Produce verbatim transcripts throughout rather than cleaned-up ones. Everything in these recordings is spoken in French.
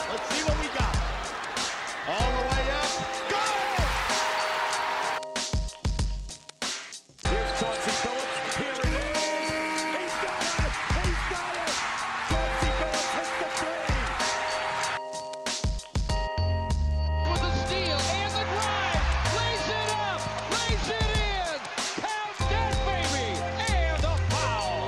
Let's see what we got. All the way up. Goal! Here's Chauncey Billups. Here it is. He's got it. He's got it. Chauncey Billups hits the three. With a steal and the drive. Lays it up. Lays it in. Count that baby. And a foul.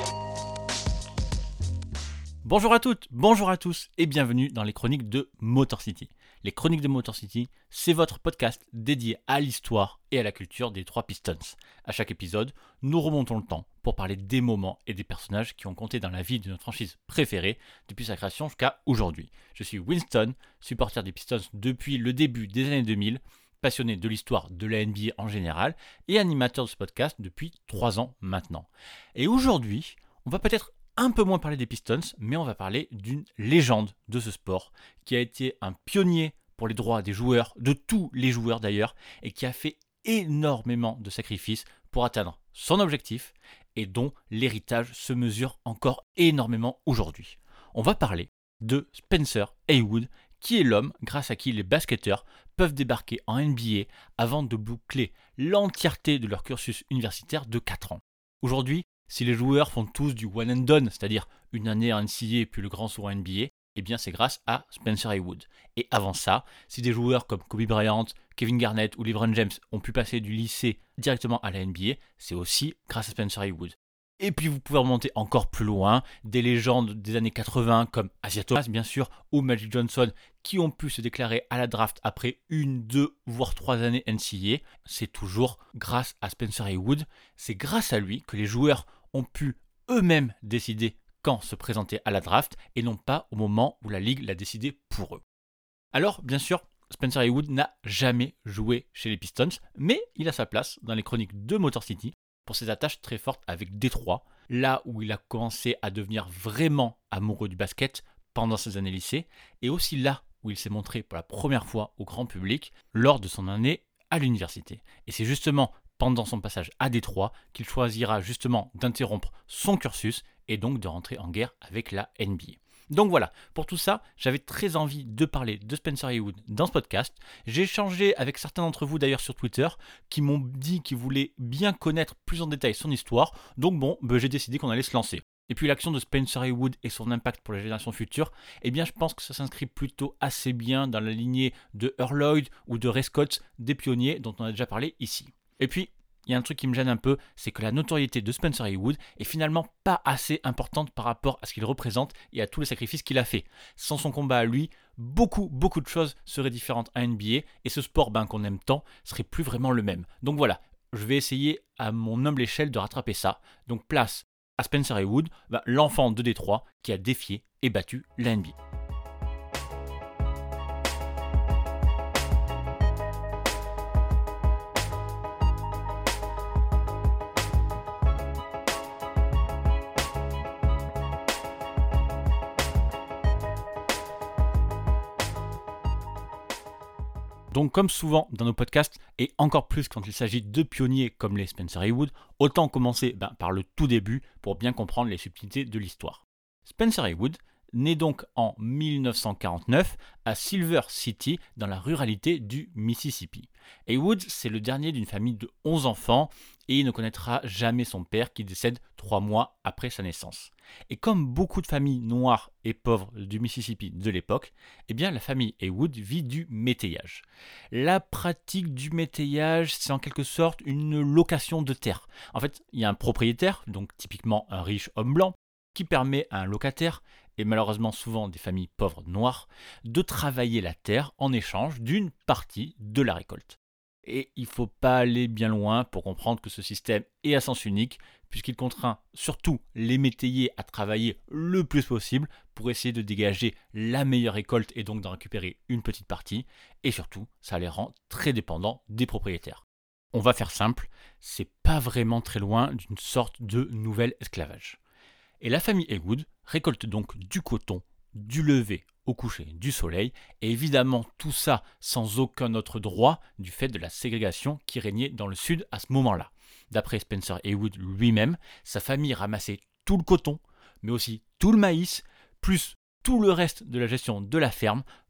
Bonjour à toutes, bonjour à tous et bienvenue dans les chroniques de Motor City. Les chroniques de Motor City, c'est votre podcast dédié à l'histoire et à la culture des trois Pistons. À chaque épisode, nous remontons le temps pour parler des moments et des personnages qui ont compté dans la vie de notre franchise préférée depuis sa création jusqu'à aujourd'hui. Je suis Winston, supporter des Pistons depuis le début des années deux mille, passionné de l'histoire de la N B A en général et animateur de ce podcast depuis trois ans maintenant. Et aujourd'hui, on va peut-être un peu moins parler des Pistons, mais on va parler d'une légende de ce sport qui a été un pionnier pour les droits des joueurs, de tous les joueurs d'ailleurs, et qui a fait énormément de sacrifices pour atteindre son objectif et dont l'héritage se mesure encore énormément aujourd'hui. On va parler de Spencer Haywood, qui est l'homme grâce à qui les basketteurs peuvent débarquer en N B A avant de boucler l'entièreté de leur cursus universitaire de quatre ans. Aujourd'hui, si les joueurs font tous du one and done, c'est-à-dire une année en N C A A puis le grand saut en N B A, eh bien c'est grâce à Spencer Haywood. Et avant ça, si des joueurs comme Kobe Bryant, Kevin Garnett ou LeBron James ont pu passer du lycée directement à la N B A, c'est aussi grâce à Spencer Haywood. Et puis vous pouvez remonter encore plus loin, des légendes des années quatre-vingts comme Isiah Thomas bien sûr, ou Magic Johnson, qui ont pu se déclarer à la draft après une, deux, voire trois années N C A A. C'est toujours grâce à Spencer Haywood, c'est grâce à lui que les joueurs ont pu eux-mêmes décider quand se présenter à la draft et non pas au moment où la ligue l'a décidé pour eux. Alors, bien sûr, Spencer Haywood n'a jamais joué chez les Pistons, mais il a sa place dans les chroniques de Motor City pour ses attaches très fortes avec Détroit, là où il a commencé à devenir vraiment amoureux du basket pendant ses années lycée, et aussi là où il s'est montré pour la première fois au grand public lors de son année à l'université. Et c'est justement pendant son passage à Détroit qu'il choisira justement d'interrompre son cursus et donc de rentrer en guerre avec la N B A. Donc voilà, pour tout ça, j'avais très envie de parler de Spencer Haywood dans ce podcast. J'ai échangé avec certains d'entre vous d'ailleurs sur Twitter qui m'ont dit qu'ils voulaient bien connaître plus en détail son histoire. Donc bon, ben j'ai décidé qu'on allait se lancer. Et puis l'action de Spencer Haywood et son impact pour les générations futures, eh bien je pense que ça s'inscrit plutôt assez bien dans la lignée de Earl Lloyd ou de Ray Scott, des pionniers dont on a déjà parlé ici. Et puis, il y a un truc qui me gêne un peu, c'est que la notoriété de Spencer Haywood est finalement pas assez importante par rapport à ce qu'il représente et à tous les sacrifices qu'il a fait. Sans son combat à lui, beaucoup, beaucoup de choses seraient différentes à N B A et ce sport ben, qu'on aime tant serait plus vraiment le même. Donc voilà, je vais essayer à mon humble échelle de rattraper ça. Donc place à Spencer Haywood, ben, l'enfant de Détroit qui a défié et battu la N B A. Donc comme souvent dans nos podcasts, et encore plus quand il s'agit de pionniers comme les Spencer Haywood, autant commencer ben, par le tout début pour bien comprendre les subtilités de l'histoire. Spencer Haywood naît donc en dix-neuf cent quarante-neuf à Silver City dans la ruralité du Mississippi. Haywood, c'est le dernier d'une famille de onze enfants et il ne connaîtra jamais son père qui décède trois mois après sa naissance. Et comme beaucoup de familles noires et pauvres du Mississippi de l'époque, eh bien la famille Haywood vit du métayage. La pratique du métayage, c'est en quelque sorte une location de terre. En fait, il y a un propriétaire, donc typiquement un riche homme blanc, qui permet à un locataire, et malheureusement souvent des familles pauvres noires, de travailler la terre en échange d'une partie de la récolte. Et il ne faut pas aller bien loin pour comprendre que ce système est à sens unique, puisqu'il contraint surtout les métayers à travailler le plus possible pour essayer de dégager la meilleure récolte et donc d'en récupérer une petite partie, et surtout, ça les rend très dépendants des propriétaires. On va faire simple, c'est pas vraiment très loin d'une sorte de nouvel esclavage. Et la famille Haywood récolte donc du coton, du lever au coucher du soleil, et évidemment tout ça sans aucun autre droit du fait de la ségrégation qui régnait dans le sud à ce moment-là. D'après Spencer Haywood lui-même, sa famille ramassait tout le coton, mais aussi tout le maïs, plus tout le reste de la gestion de la ferme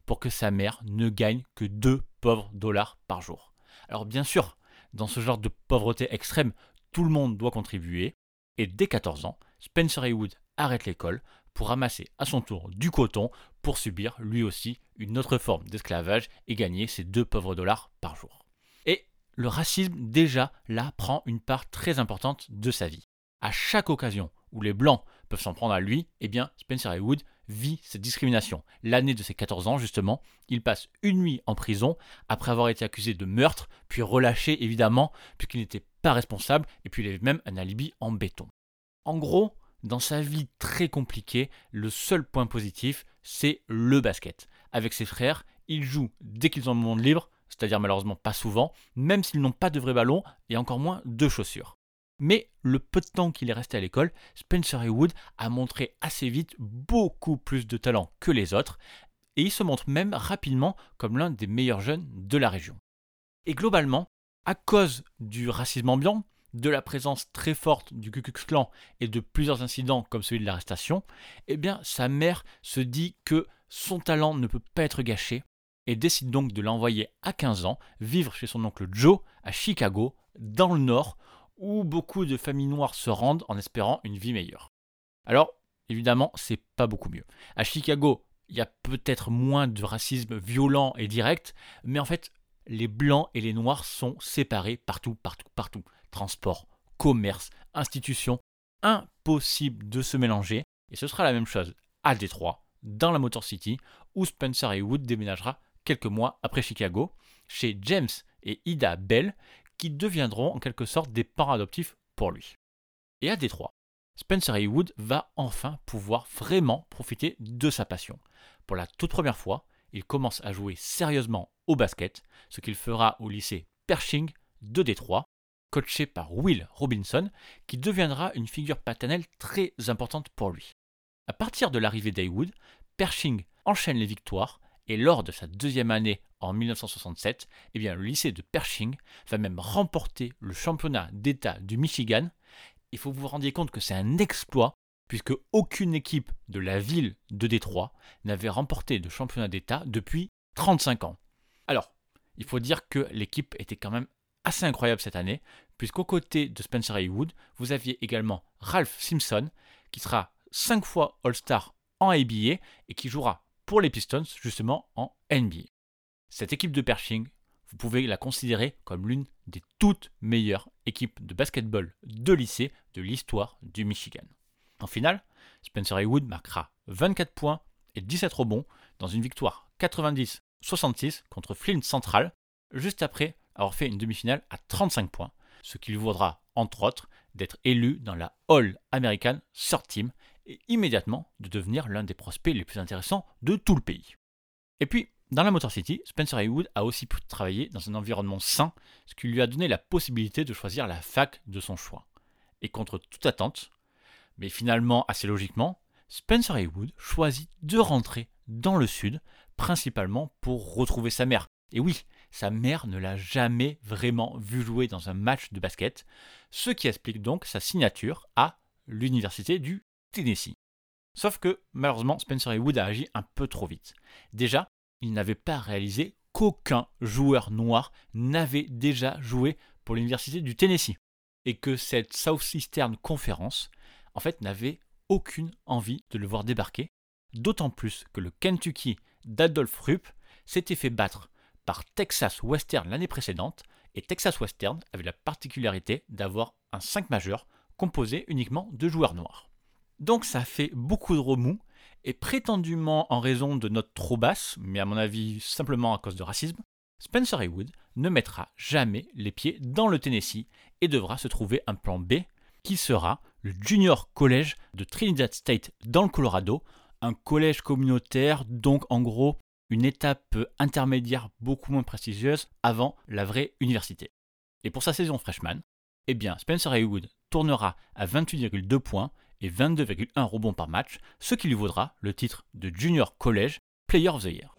pour que sa mère ne gagne que deux pauvres dollars par jour. Alors bien sûr, dans ce genre de pauvreté extrême, tout le monde doit contribuer, et dès quatorze ans, Spencer Haywood arrête l'école pour ramasser à son tour du coton pour subir lui aussi une autre forme d'esclavage et gagner ses deux pauvres dollars par jour. Et le racisme déjà là prend une part très importante de sa vie. À chaque occasion où les blancs peuvent s'en prendre à lui, eh bien Spencer Haywood vit cette discrimination. L'année de ses quatorze ans justement, il passe une nuit en prison après avoir été accusé de meurtre, puis relâché évidemment puisqu'il n'était pas responsable et puis il avait même un alibi en béton. En gros, dans sa vie très compliquée, le seul point positif, c'est le basket. Avec ses frères, ils jouent dès qu'ils ont le monde libre, c'est-à-dire malheureusement pas souvent, même s'ils n'ont pas de vrai ballon et encore moins de chaussures. Mais le peu de temps qu'il est resté à l'école, Spencer Haywood a montré assez vite beaucoup plus de talent que les autres, et il se montre même rapidement comme l'un des meilleurs jeunes de la région. Et globalement, à cause du racisme ambiant, de la présence très forte du Ku Klux Klan et de plusieurs incidents comme celui de l'arrestation, eh bien sa mère se dit que son talent ne peut pas être gâché et décide donc de l'envoyer à quinze ans vivre chez son oncle Joe à Chicago, dans le Nord, où beaucoup de familles noires se rendent en espérant une vie meilleure. Alors, évidemment, c'est pas beaucoup mieux. À Chicago, il y a peut-être moins de racisme violent et direct, mais en fait, les blancs et les noirs sont séparés partout, partout, partout. Transport, commerce, institutions, impossible de se mélanger. Et ce sera la même chose à Détroit, dans la Motor City, où Spencer Haywood déménagera quelques mois après Chicago, chez James et Ida Bell, qui deviendront en quelque sorte des parents adoptifs pour lui. Et à Détroit, Spencer Haywood va enfin pouvoir vraiment profiter de sa passion. Pour la toute première fois, il commence à jouer sérieusement au basket, ce qu'il fera au lycée Pershing de Détroit, coaché par Will Robinson, qui deviendra une figure paternelle très importante pour lui. À partir de l'arrivée d'Haywood, Pershing enchaîne les victoires, et lors de sa deuxième année en dix-neuf cent soixante-sept, eh bien, le lycée de Pershing va même remporter le championnat d'État du Michigan. Il faut que vous vous rendiez compte que c'est un exploit, puisque aucune équipe de la ville de Détroit n'avait remporté de championnat d'État depuis trente-cinq ans. Alors, il faut dire que l'équipe était quand même assez incroyable cette année, puisqu'aux côtés de Spencer Haywood, vous aviez également Ralph Simpson, qui sera cinq fois All-Star en A B A et qui jouera pour les Pistons justement en N B A. Cette équipe de Pershing, vous pouvez la considérer comme l'une des toutes meilleures équipes de basketball de lycée de l'histoire du Michigan. En finale, Spencer Haywood marquera vingt-quatre points et dix-sept rebonds dans une victoire quatre-vingt-dix soixante-six contre Flint Central, juste après avoir fait une demi-finale à trente-cinq points, ce qui lui vaudra, entre autres, d'être élu dans la All-American Third Team et immédiatement de devenir l'un des prospects les plus intéressants de tout le pays. Et puis, dans la Motor City, Spencer Haywood a aussi pu travailler dans un environnement sain, ce qui lui a donné la possibilité de choisir la fac de son choix. Et contre toute attente, mais finalement assez logiquement, Spencer Haywood choisit de rentrer dans le Sud, principalement pour retrouver sa mère. Et oui, sa mère ne l'a jamais vraiment vu jouer dans un match de basket, ce qui explique donc sa signature à l'université du Tennessee. Sauf que, malheureusement, Spencer Haywood a agi un peu trop vite. Déjà, il n'avait pas réalisé qu'aucun joueur noir n'avait déjà joué pour l'université du Tennessee. Et que cette Southeastern Conference, en fait, n'avait aucune envie de le voir débarquer, d'autant plus que le Kentucky d'Adolph Rupp s'était fait battre par Texas Western l'année précédente, et Texas Western avait la particularité d'avoir un cinq majeur composé uniquement de joueurs noirs. Donc ça fait beaucoup de remous, et prétendument en raison de notes trop basses, mais à mon avis simplement à cause de racisme, Spencer Haywood ne mettra jamais les pieds dans le Tennessee et devra se trouver un plan B qui sera le Junior College de Trinidad State dans le Colorado, un collège communautaire, donc en gros une étape intermédiaire beaucoup moins prestigieuse avant la vraie université. Et pour sa saison freshman, eh bien Spencer Haywood tournera à vingt-huit virgule deux points et vingt-deux virgule un rebonds par match, ce qui lui vaudra le titre de Junior College Player of the Year.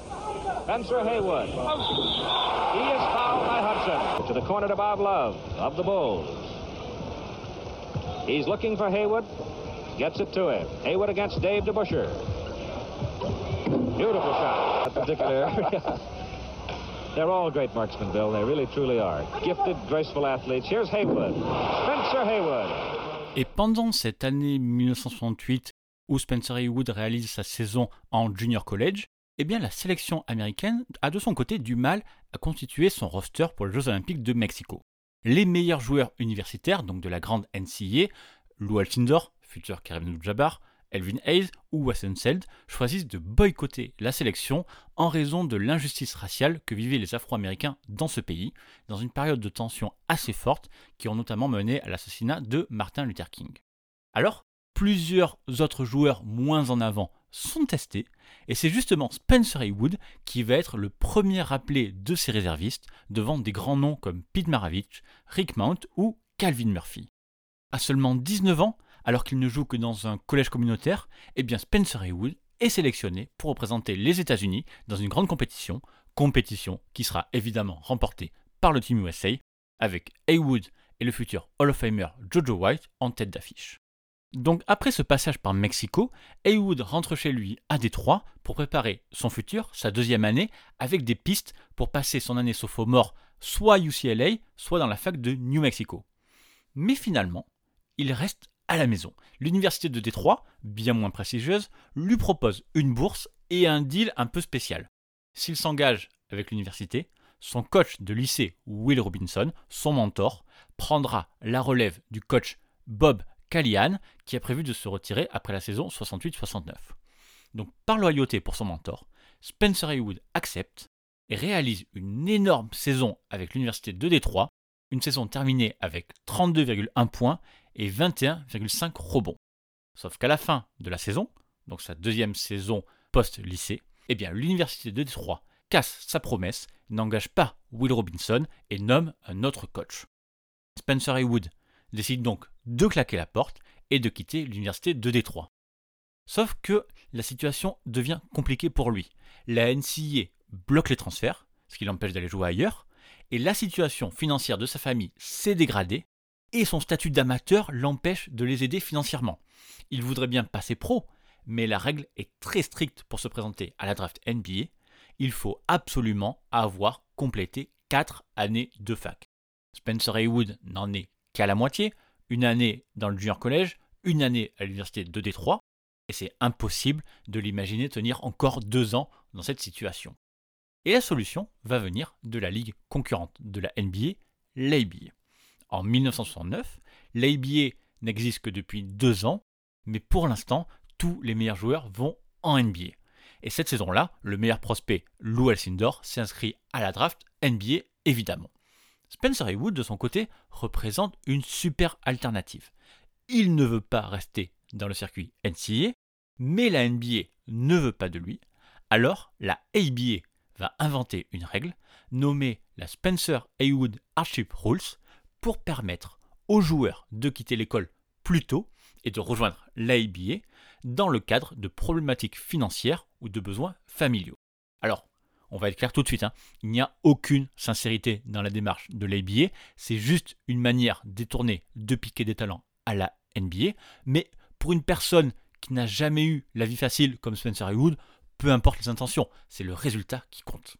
Spencer Haywood. He is fouled by Hudson. To the corner to Bob Love of the Bulls. He's looking for Haywood. Gets it to him. Haywood against Dave DeBuscher. Beautiful shot. That particular area. They're all great marksmen, Bill. They really, truly are. Gifted, graceful athletes. Here's Haywood. Spencer Haywood. Et pendant cette année mille neuf cent soixante-huit où Spencer Haywood réalise sa saison en junior college, eh bien la sélection américaine a de son côté du mal à constituer son roster pour les Jeux Olympiques de Mexico. Les meilleurs joueurs universitaires, donc de la grande N C A A, Lou Alcindor, futur Kareem Abdul-Jabbar, Elvin Hayes ou Wes Unseld, choisissent de boycotter la sélection en raison de l'injustice raciale que vivaient les Afro-Américains dans ce pays, dans une période de tension assez forte qui ont notamment mené à l'assassinat de Martin Luther King. Alors, plusieurs autres joueurs moins en avant sont testés, et c'est justement Spencer Haywood qui va être le premier rappelé de ces réservistes devant des grands noms comme Pete Maravich, Rick Mount ou Calvin Murphy. À seulement dix-neuf ans, alors qu'il ne joue que dans un collège communautaire, eh bien Spencer Haywood est sélectionné pour représenter les États-Unis dans une grande compétition, compétition qui sera évidemment remportée par le Team U S A, avec Haywood et le futur Hall of Famer Jojo White en tête d'affiche. Donc après ce passage par Mexico, Haywood rentre chez lui à Détroit pour préparer son futur, sa deuxième année, avec des pistes pour passer son année sophomore soit à U C L A, soit dans la fac de New Mexico. Mais finalement, il reste à la maison. L'université de Détroit, bien moins prestigieuse, lui propose une bourse et un deal un peu spécial. S'il s'engage avec l'université, son coach de lycée, Will Robinson, son mentor, prendra la relève du coach Bob Callahan, qui a prévu de se retirer après la saison soixante-huit soixante-neuf. Donc par loyauté pour son mentor, Spencer Haywood accepte et réalise une énorme saison avec l'université de Détroit, une saison terminée avec trente-deux virgule un points et vingt et un virgule cinq rebonds. Sauf qu'à la fin de la saison, donc sa deuxième saison post-lycée, eh bien l'université de Détroit casse sa promesse, n'engage pas Will Robinson et nomme un autre coach. Spencer Haywood décide donc de claquer la porte et de quitter l'université de Détroit. Sauf que la situation devient compliquée pour lui. La N C A A bloque les transferts, ce qui l'empêche d'aller jouer ailleurs, et la situation financière de sa famille s'est dégradée, et son statut d'amateur l'empêche de les aider financièrement. Il voudrait bien passer pro, mais la règle est très stricte pour se présenter à la draft N B A. Il faut absolument avoir complété quatre années de fac. Spencer Haywood n'en est qu'à la moitié, une année dans le junior college, une année à l'université de Détroit, et c'est impossible de l'imaginer tenir encore deux ans dans cette situation. Et la solution va venir de la ligue concurrente de la N B A, l'A B A. En mille neuf cent soixante-neuf, l'A B A n'existe que depuis deux ans, mais pour l'instant, tous les meilleurs joueurs vont en N B A. Et cette saison-là, le meilleur prospect, Lou Alcindor, s'est inscrit à la draft N B A, évidemment. Spencer Haywood, de son côté, représente une super alternative. Il ne veut pas rester dans le circuit N C A A, mais la N B A ne veut pas de lui. Alors, la A B A va inventer une règle nommée la Spencer Haywood Hardship Rules pour permettre aux joueurs de quitter l'école plus tôt et de rejoindre l'A B A dans le cadre de problématiques financières ou de besoins familiaux. Alors, on va être clair tout de suite, hein, il n'y a aucune sincérité dans la démarche de l'A B A, c'est juste une manière détournée de piquer des talents à la N B A, mais pour une personne qui n'a jamais eu la vie facile comme Spencer Haywood, peu importe les intentions, c'est le résultat qui compte.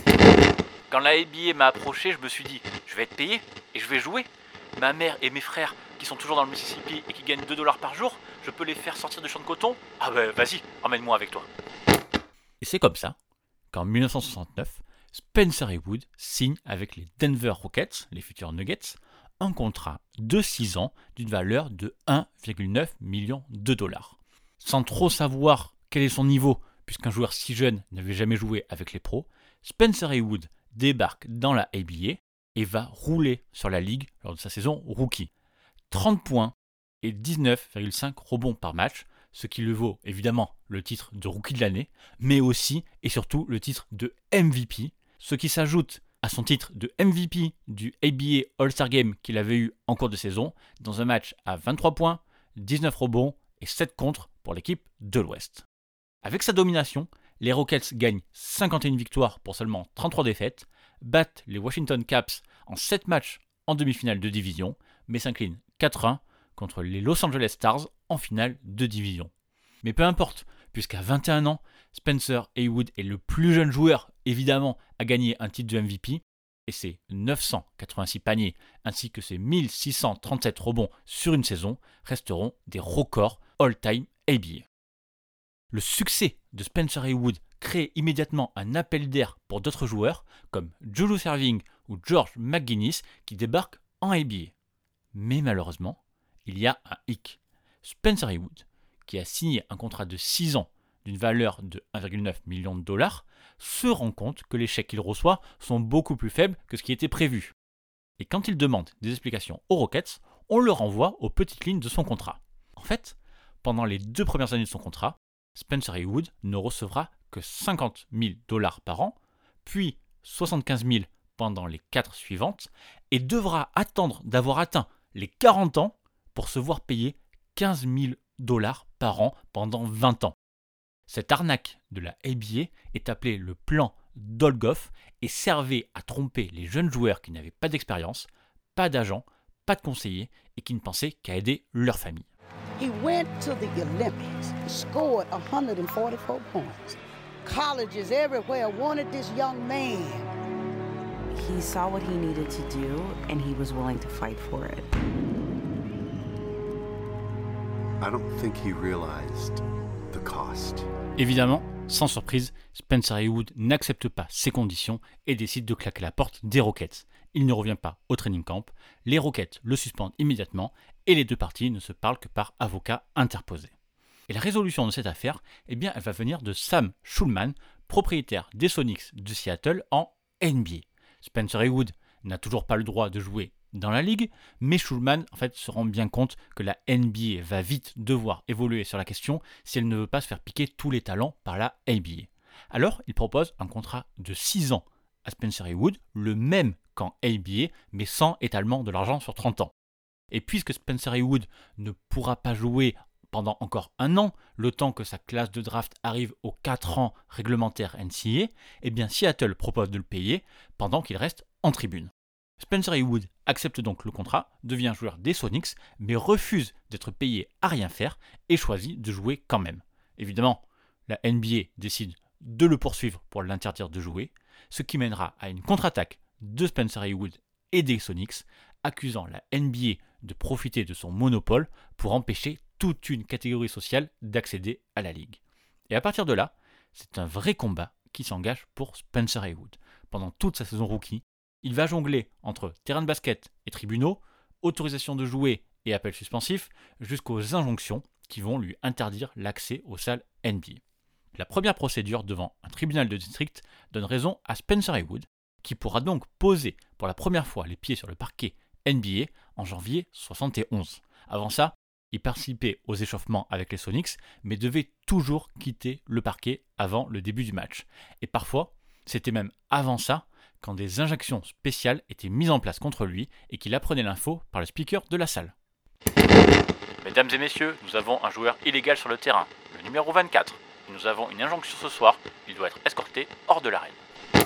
Quand la A B A m'a approché, je me suis dit, je vais être payé et je vais jouer. Ma mère et mes frères qui sont toujours dans le Mississippi et qui gagnent deux dollars par jour, je peux les faire sortir du champ de coton ? Ah ben vas-y, emmène-moi avec toi. Et c'est comme ça qu'en mille neuf cent soixante-neuf, Spencer Haywood signe avec les Denver Rockets, les futurs Nuggets, un contrat de six ans d'une valeur de un virgule neuf million de dollars. Sans trop savoir quel est son niveau, puisqu'un joueur si jeune n'avait jamais joué avec les pros, Spencer Haywood débarque dans la A B A et va rouler sur la ligue lors de sa saison rookie. trente points et dix-neuf virgule cinq rebonds par match, ce qui lui vaut évidemment le titre de rookie de l'année, mais aussi et surtout le titre de M V P, ce qui s'ajoute à son titre de M V P du A B A All-Star Game qu'il avait eu en cours de saison, dans un match à vingt-trois points, dix-neuf rebonds et sept contres pour l'équipe de l'Ouest. Avec sa domination, les Rockets gagnent cinquante et une victoires pour seulement trente-trois défaites, battent les Washington Caps en sept matchs en demi-finale de division, mais s'inclinent quatre un contre les Los Angeles Stars en finale de division. Mais peu importe, puisqu'à vingt et un ans, Spencer Haywood est le plus jeune joueur, évidemment, à gagner un titre de M V P, et ses neuf cent quatre-vingt-six paniers ainsi que ses mille six cent trente-sept rebonds sur une saison resteront des records all-time A B A. Le succès de Spencer Haywood crée immédiatement un appel d'air pour d'autres joueurs comme Julius Erving ou George McGuinness qui débarquent en A B A. Mais malheureusement, il y a un hic. Spencer Haywood, qui a signé un contrat de six ans d'une valeur de un virgule neuf million de dollars, se rend compte que les chèques qu'il reçoit sont beaucoup plus faibles que ce qui était prévu. Et quand il demande des explications aux Rockets, on le renvoie aux petites lignes de son contrat. En fait, pendant les deux premières années de son contrat, Spencer Haywood ne recevra que cinquante mille dollars par an, puis soixante-quinze mille pendant les quatre suivantes, et devra attendre d'avoir atteint les quarante ans pour se voir payer quinze mille dollars par an pendant vingt ans. Cette arnaque de la A B A est appelée le plan Dolgoff et servait à tromper les jeunes joueurs qui n'avaient pas d'expérience, pas d'agent, pas de conseiller et qui ne pensaient qu'à aider leur famille. He went to the Olympics, scored one hundred forty-four points. Colleges everywhere wanted this young man. He saw what he needed to do and he was willing to fight for it. I don't think he realized the cost. Évidemment, sans surprise, Spencer Haywood n'accepte pas ces conditions et décide de claquer la porte des Rockets. Il ne revient pas au training camp, les Rockets le suspendent immédiatement et les deux parties ne se parlent que par avocat interposé. Et la résolution de cette affaire, eh bien, elle va venir de Sam Schulman, propriétaire des Sonics de Seattle en N B A. Spencer Haywood n'a toujours pas le droit de jouer dans la ligue, mais Schulman en fait, se rend bien compte que la N B A va vite devoir évoluer sur la question si elle ne veut pas se faire piquer tous les talents par la A B A. Alors, il propose un contrat de six ans à Spencer Haywood, le même qu'en A B A, mais sans étalement de l'argent sur trente ans. Et puisque Spencer Haywood ne pourra pas jouer pendant encore un an, le temps que sa classe de draft arrive aux quatre ans réglementaires N C A A, eh bien Seattle propose de le payer pendant qu'il reste en tribune. Spencer Haywood accepte donc le contrat, devient joueur des Sonics, mais refuse d'être payé à rien faire et choisit de jouer quand même. Évidemment, la N B A décide de le poursuivre pour l'interdire de jouer, ce qui mènera à une contre-attaque de Spencer Haywood et des Sonics, accusant la N B A de profiter de son monopole pour empêcher toute une catégorie sociale d'accéder à la ligue. Et à partir de là, c'est un vrai combat qui s'engage pour Spencer Haywood. Pendant toute sa saison rookie, il va jongler entre terrain de basket et tribunaux, autorisation de jouer et appels suspensifs, jusqu'aux injonctions qui vont lui interdire l'accès aux salles N B A. La première procédure devant un tribunal de district donne raison à Spencer Haywood, qui pourra donc poser pour la première fois les pieds sur le parquet N B A en janvier soixante et onze. Avant ça, il participait aux échauffements avec les Sonics, mais devait toujours quitter le parquet avant le début du match. Et parfois, c'était même avant ça, quand des injections spéciales étaient mises en place contre lui et qu'il apprenait l'info par le speaker de la salle. Mesdames et messieurs, nous avons un joueur illégal sur le terrain, le numéro vingt-quatre. Et nous avons une injonction ce soir, il doit être escorté hors de l'arène.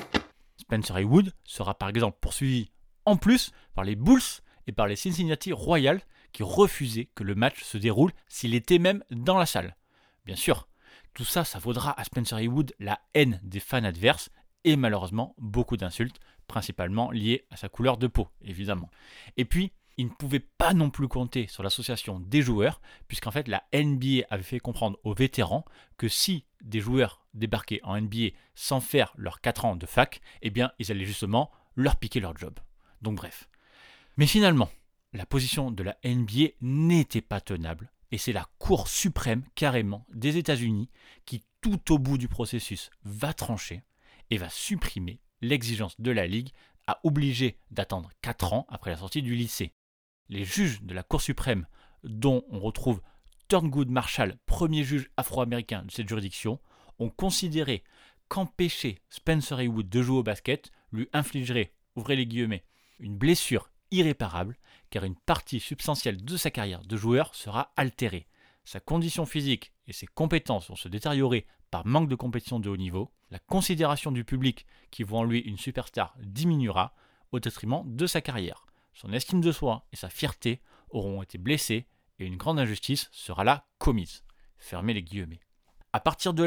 Spencer Haywood sera par exemple poursuivi en plus par les Bulls et par les Cincinnati Royals qui refusaient que le match se déroule s'il était même dans la salle. Bien sûr, tout ça, ça vaudra à Spencer Haywood la haine des fans adverses et malheureusement beaucoup d'insultes, principalement liées à sa couleur de peau, évidemment. Et puis, il ne pouvait pas non plus compter sur l'association des joueurs, puisqu'en fait la N B A avait fait comprendre aux vétérans que si des joueurs débarquaient en N B A sans faire leurs quatre ans de fac, eh bien ils allaient justement leur piquer leur job. Donc bref. Mais finalement, la position de la N B A n'était pas tenable, et c'est la Cour suprême carrément des États-Unis qui, tout au bout du processus, va trancher et va supprimer l'exigence de la Ligue à obliger d'attendre quatre ans après la sortie du lycée. Les juges de la Cour suprême, dont on retrouve Thurgood Marshall, premier juge afro-américain de cette juridiction, ont considéré qu'empêcher Spencer Haywood de jouer au basket lui infligerait, ouvrez les guillemets, une blessure irréparable, car une partie substantielle de sa carrière de joueur sera altérée. Sa condition physique et ses compétences vont se détériorer par manque de compétition de haut niveau, la considération du public qui voit en lui une superstar diminuera au détriment de sa carrière. Son estime de soi et sa fierté auront été blessés et une grande injustice sera là commise. Fermez les guillemets. À partir de là,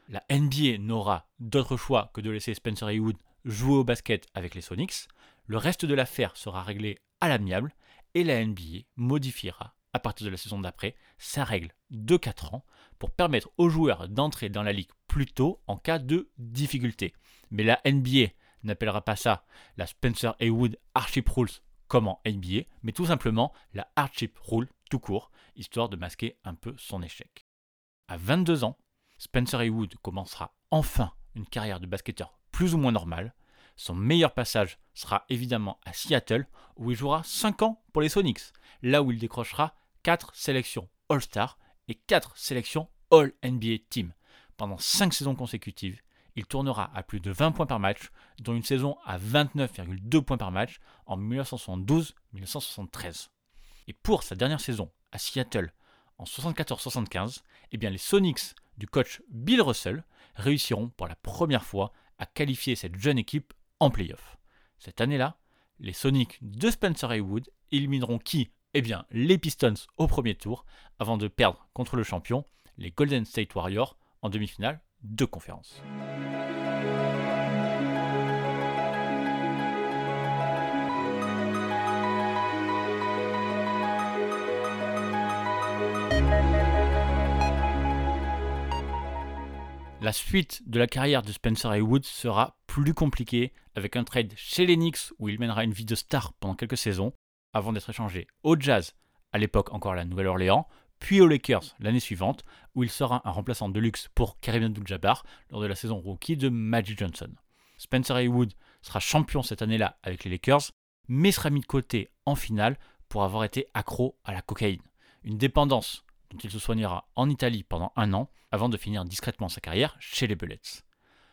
La N B A n'aura d'autre choix que de laisser Spencer Haywood jouer au basket avec les Sonics. Le reste de l'affaire sera réglé à l'amiable et la N B A modifiera, à partir de la saison d'après, sa règle de quatre ans pour permettre aux joueurs d'entrer dans la ligue plus tôt en cas de difficulté. Mais la N B A n'appellera pas ça la Spencer Haywood Hardship Rules comme en N B A, mais tout simplement la Hardship Rule tout court, histoire de masquer un peu son échec. À vingt-deux ans, Spencer Haywood commencera enfin une carrière de basketteur plus ou moins normale. Son meilleur passage sera évidemment à Seattle, où il jouera cinq ans pour les Sonics, là où il décrochera quatre sélections All-Star et quatre sélections All-N B A Team. Pendant cinq saisons consécutives, il tournera à plus de vingt points par match, dont une saison à vingt-neuf virgule deux points par match en dix-neuf cent soixante-douze à dix-neuf cent soixante-treize. Et pour sa dernière saison à Seattle en soixante-quatorze soixante-quinze, eh bien les Sonics du coach Bill Russell réussiront pour la première fois à qualifier cette jeune équipe en play-off. Cette année-là, les Sonics de Spencer Haywood élimineront qui ? Eh bien les Pistons au premier tour, avant de perdre contre le champion, les Golden State Warriors, en demi-finale de conférence. La suite de la carrière de Spencer Haywood sera plus compliquée avec un trade chez les Knicks où il mènera une vie de star pendant quelques saisons avant d'être échangé au Jazz, à l'époque encore à la Nouvelle-Orléans, puis aux Lakers l'année suivante où il sera un remplaçant de luxe pour Kareem Abdul-Jabbar lors de la saison rookie de Magic Johnson. Spencer Haywood sera champion cette année-là avec les Lakers, mais sera mis de côté en finale pour avoir été accro à la cocaïne, une dépendance dont il se soignera en Italie pendant un an avant de finir discrètement sa carrière chez les Bullets.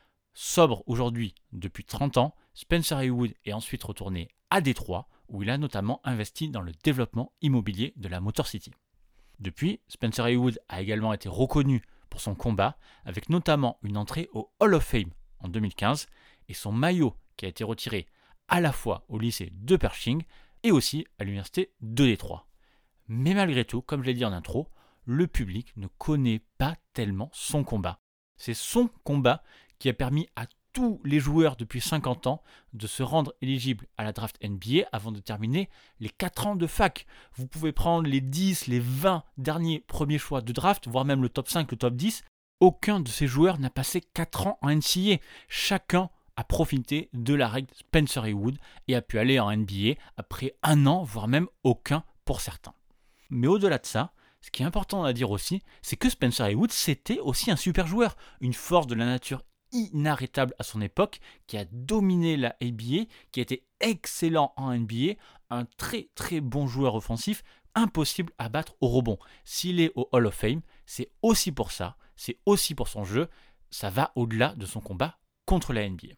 Sobre aujourd'hui depuis trente ans, Spencer Haywood est ensuite retourné à Détroit où il a notamment investi dans le développement immobilier de la Motor City. Depuis, Spencer Haywood a également été reconnu pour son combat avec notamment une entrée au Hall of Fame en deux mille quinze et son maillot qui a été retiré à la fois au lycée de Pershing et aussi à l'université de Détroit. Mais malgré tout, comme je l'ai dit en intro, le public ne connaît pas tellement son combat. C'est son combat qui a permis à tous les joueurs depuis cinquante ans de se rendre éligibles à la draft N B A avant de terminer les quatre ans de fac. Vous pouvez prendre les dix, les vingt derniers premiers choix de draft, voire même le top cinq, le top dix. Aucun de ces joueurs n'a passé quatre ans en N C A A. Chacun a profité de la règle Spencer Haywood et a pu aller en N B A après un an, voire même aucun pour certains. Mais au-delà de ça, ce qui est important à dire aussi, c'est que Spencer Haywood, c'était aussi un super joueur, une force de la nature inarrêtable à son époque, qui a dominé la N B A, qui a été excellent en N B A, un très très bon joueur offensif, impossible à battre au rebond. S'il est au Hall of Fame, c'est aussi pour ça, c'est aussi pour son jeu, ça va au-delà de son combat contre la N B A.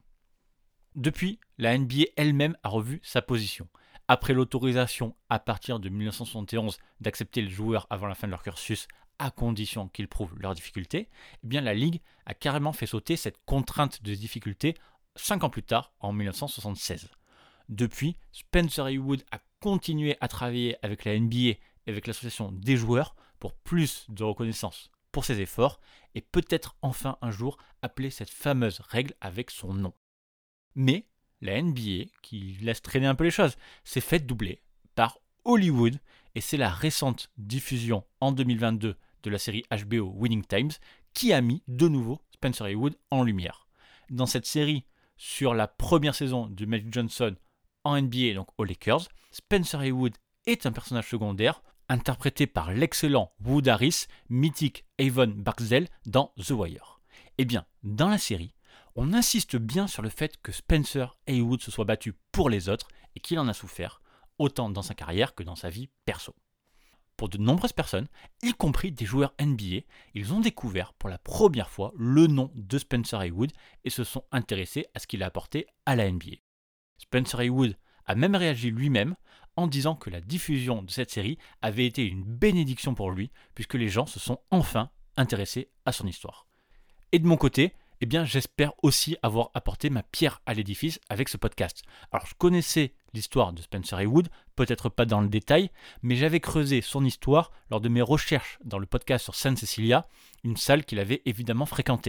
Depuis, la N B A elle-même a revu sa position. Après l'autorisation à partir de dix-neuf cent soixante et onze d'accepter les joueurs avant la fin de leur cursus à condition qu'ils prouvent leurs difficultés, eh bien la Ligue a carrément fait sauter cette contrainte de difficulté cinq ans plus tard, en dix-neuf cent soixante-seize. Depuis, Spencer Haywood a continué à travailler avec la N B A et avec l'association des joueurs pour plus de reconnaissance pour ses efforts et peut-être enfin un jour appeler cette fameuse règle avec son nom. Mais la N B A, qui laisse traîner un peu les choses, s'est faite doubler par Hollywood et c'est la récente diffusion en deux mille vingt-deux de la série H B O Winning Times qui a mis de nouveau Spencer Haywood en lumière. Dans cette série, sur la première saison de Magic Johnson en N B A, donc aux Lakers, Spencer Haywood est un personnage secondaire interprété par l'excellent Wood Harris, mythique Avon Barksdale dans The Wire. Eh bien, dans la série, on insiste bien sur le fait que Spencer Haywood se soit battu pour les autres et qu'il en a souffert, autant dans sa carrière que dans sa vie perso. Pour de nombreuses personnes, y compris des joueurs N B A, ils ont découvert pour la première fois le nom de Spencer Haywood et se sont intéressés à ce qu'il a apporté à la N B A. Spencer Haywood a même réagi lui-même en disant que la diffusion de cette série avait été une bénédiction pour lui puisque les gens se sont enfin intéressés à son histoire. Et de mon côté, eh bien, j'espère aussi avoir apporté ma pierre à l'édifice avec ce podcast. Alors, je connaissais l'histoire de Spencer Haywood, peut-être pas dans le détail, mais j'avais creusé son histoire lors de mes recherches dans le podcast sur Sainte Cecilia, une salle qu'il avait évidemment fréquentée.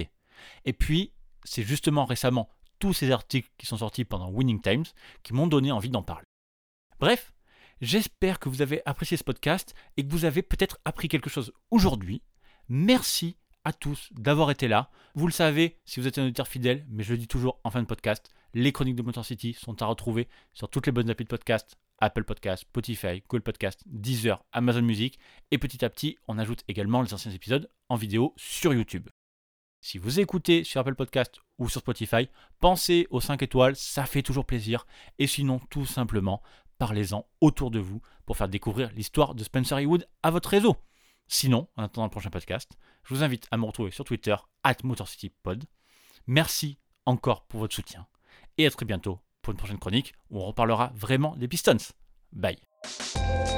Et puis, c'est justement récemment tous ces articles qui sont sortis pendant Winning Times qui m'ont donné envie d'en parler. Bref, j'espère que vous avez apprécié ce podcast et que vous avez peut-être appris quelque chose aujourd'hui. Merci à tous d'avoir été là. Vous le savez, si vous êtes un auditeur fidèle, mais je le dis toujours en fin de podcast, les chroniques de Motor City sont à retrouver sur toutes les bonnes applis de podcast, Apple Podcast, Spotify, Google Podcast, Deezer, Amazon Music, et petit à petit, on ajoute également les anciens épisodes en vidéo sur YouTube. Si vous écoutez sur Apple Podcast ou sur Spotify, pensez aux cinq étoiles, ça fait toujours plaisir. Et sinon, tout simplement, parlez-en autour de vous pour faire découvrir l'histoire de Spencer Haywood à votre réseau. Sinon, en attendant le prochain podcast, je vous invite à me retrouver sur Twitter, arobase motorcitypod. Merci encore pour votre soutien et à très bientôt pour une prochaine chronique où on reparlera vraiment des Pistons. Bye.